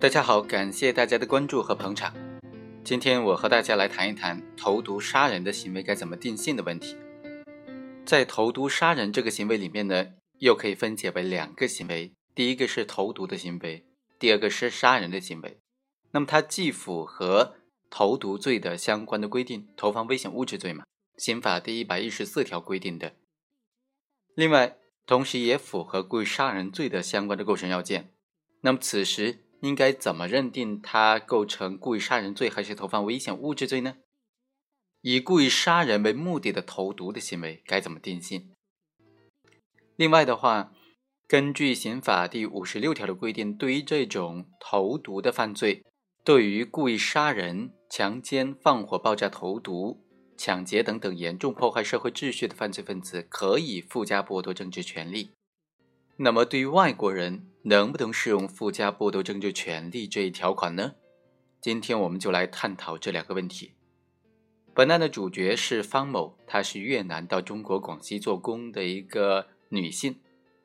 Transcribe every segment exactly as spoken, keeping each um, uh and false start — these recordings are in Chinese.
大家好，感谢大家的关注和捧场。今天我和大家来谈一谈投毒杀人的行为该怎么定性的问题。在投毒杀人这个行为里面呢，又可以分解为两个行为，第一个是投毒的行为，第二个是杀人的行为。那么它既符合投毒罪的相关的规定，投放危险物质罪嘛，刑法第一百一十四条规定的。另外，同时也符合故意杀人罪的相关的构成要件。那么此时应该怎么认定它构成故意杀人罪还是投放危险物质罪呢？以故意杀人为目的的投毒的行为该怎么定性？另外的话，根据刑法第五十六条的规定，对于这种投毒的犯罪，对于故意杀人、强奸、放火、爆炸、投毒、抢劫等等严重破坏社会秩序的犯罪分子，可以附加剥夺政治权利。那么对于外国人，能不能适用附加剥夺政治权利这一条款呢？今天我们就来探讨这两个问题。本案的主角是方某，她是越南到中国广西做工的一个女性。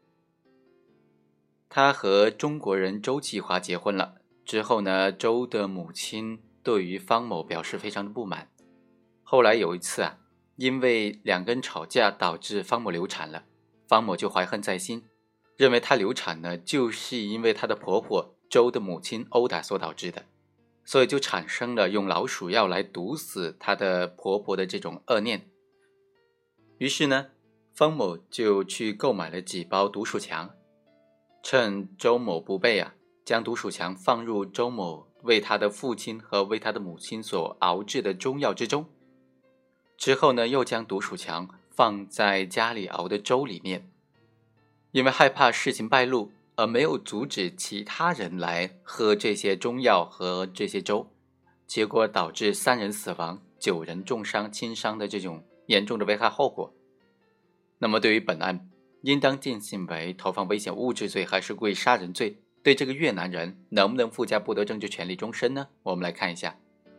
她和中国人周继华结婚了之后呢，周的母亲对于方某表示非常的不满。后来有一次啊，因为两个人吵架导致方某流产了，方某就怀恨在心，认为她流产呢就是因为她的婆婆周的母亲殴打所导致的，所以就产生了用老鼠药来毒死她的婆婆的这种恶念。于是呢，方某就去购买了几包毒鼠强，趁周某不备啊，将毒鼠强放入周某为她的父亲和为她的母亲所熬制的中药之中。之后呢，又将毒鼠强放在家里熬的粥里面。因为害怕事情败露，而没有阻止其他人来喝这些中药和这些粥，结果导致三人死亡、九人重伤、轻伤的这种严重的危害后果。那么对于本案，应当定性为投放危险物质罪还是故意杀人罪？对这个越南人能不能附加剥夺政治权利终身呢？我们来看一下。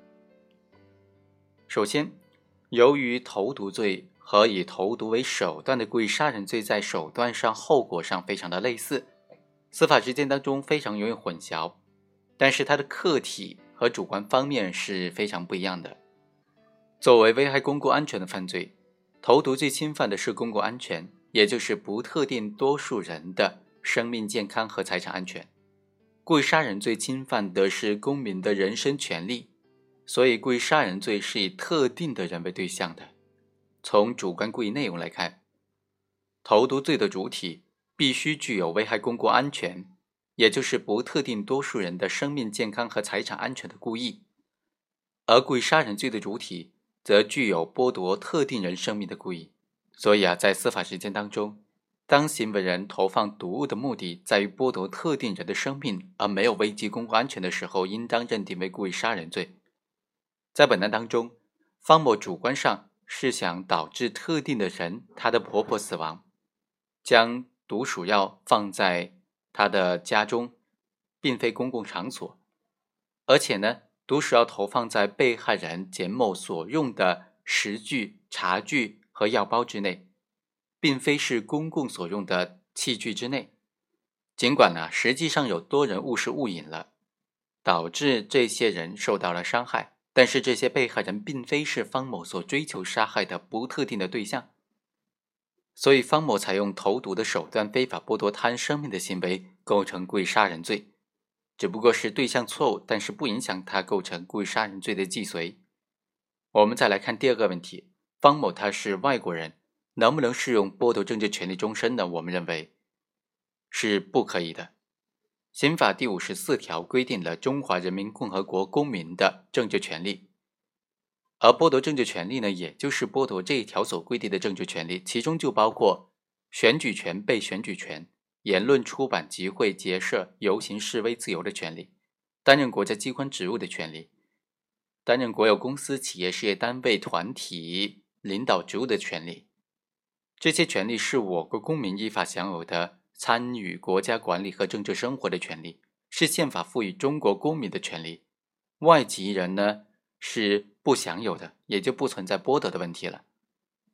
首先，由于投毒罪和以投毒为手段的故意杀人罪在手段上、后果上非常的类似，司法实践当中非常容易混淆，但是它的客体和主观方面是非常不一样的。作为危害公共安全的犯罪，投毒罪侵犯的是公共安全，也就是不特定多数人的生命健康和财产安全。故意杀人罪侵犯的是公民的人身权利，所以故意杀人罪是以特定的人为对象的。从主观故意内容来看，投毒罪的主体必须具有危害公共安全，也就是不特定多数人的生命健康和财产安全的故意，而故意杀人罪的主体则具有剥夺特定人生命的故意。所以啊，在司法实践当中，当行为人投放毒物的目的在于剥夺特定人的生命，而没有危及公共安全的时候，应当认定为故意杀人罪。在本案当中，方某主观上是想导致特定的人她的婆婆死亡，将毒鼠药放在她的家中，并非公共场所，而且呢，毒鼠药投放在被害人简某所用的食具、茶具和药包之内，并非是公共所用的器具之内。尽管呢，实际上有多人误食误饮了，导致这些人受到了伤害，但是这些被害人并非是方某所追求杀害的不特定的对象，所以方某采用投毒的手段非法剥夺他人生命的行为构成故意杀人罪，只不过是对象错误，但是不影响他构成故意杀人罪的既遂。我们再来看第二个问题，方某他是外国人，能不能适用剥夺政治权利终身呢？我们认为是不可以的。刑法第五十四条规定了中华人民共和国公民的政治权利，而剥夺政治权利呢，也就是剥夺这一条所规定的政治权利，其中就包括选举权、被选举权、言论、出版、集会、结社、游行、示威自由的权利，担任国家机关职务的权利，担任国有公司、企业、事业单位、团体领导职务的权利。这些权利是我国公民依法享有的参与国家管理和政治生活的权利，是宪法赋予中国公民的权利。外籍人呢是不享有的，也就不存在剥夺的问题了。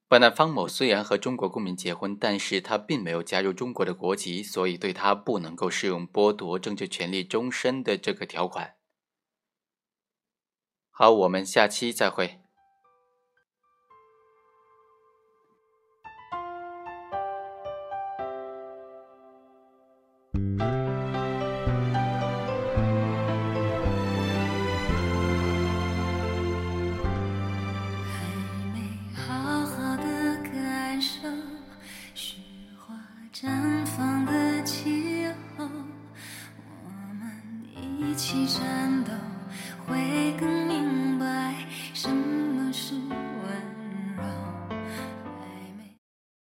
办案方某虽然和中国公民结婚，但是他并没有加入中国的国籍，所以对他不能够适用剥夺政治权利终身的这个条款。好，我们下期再会。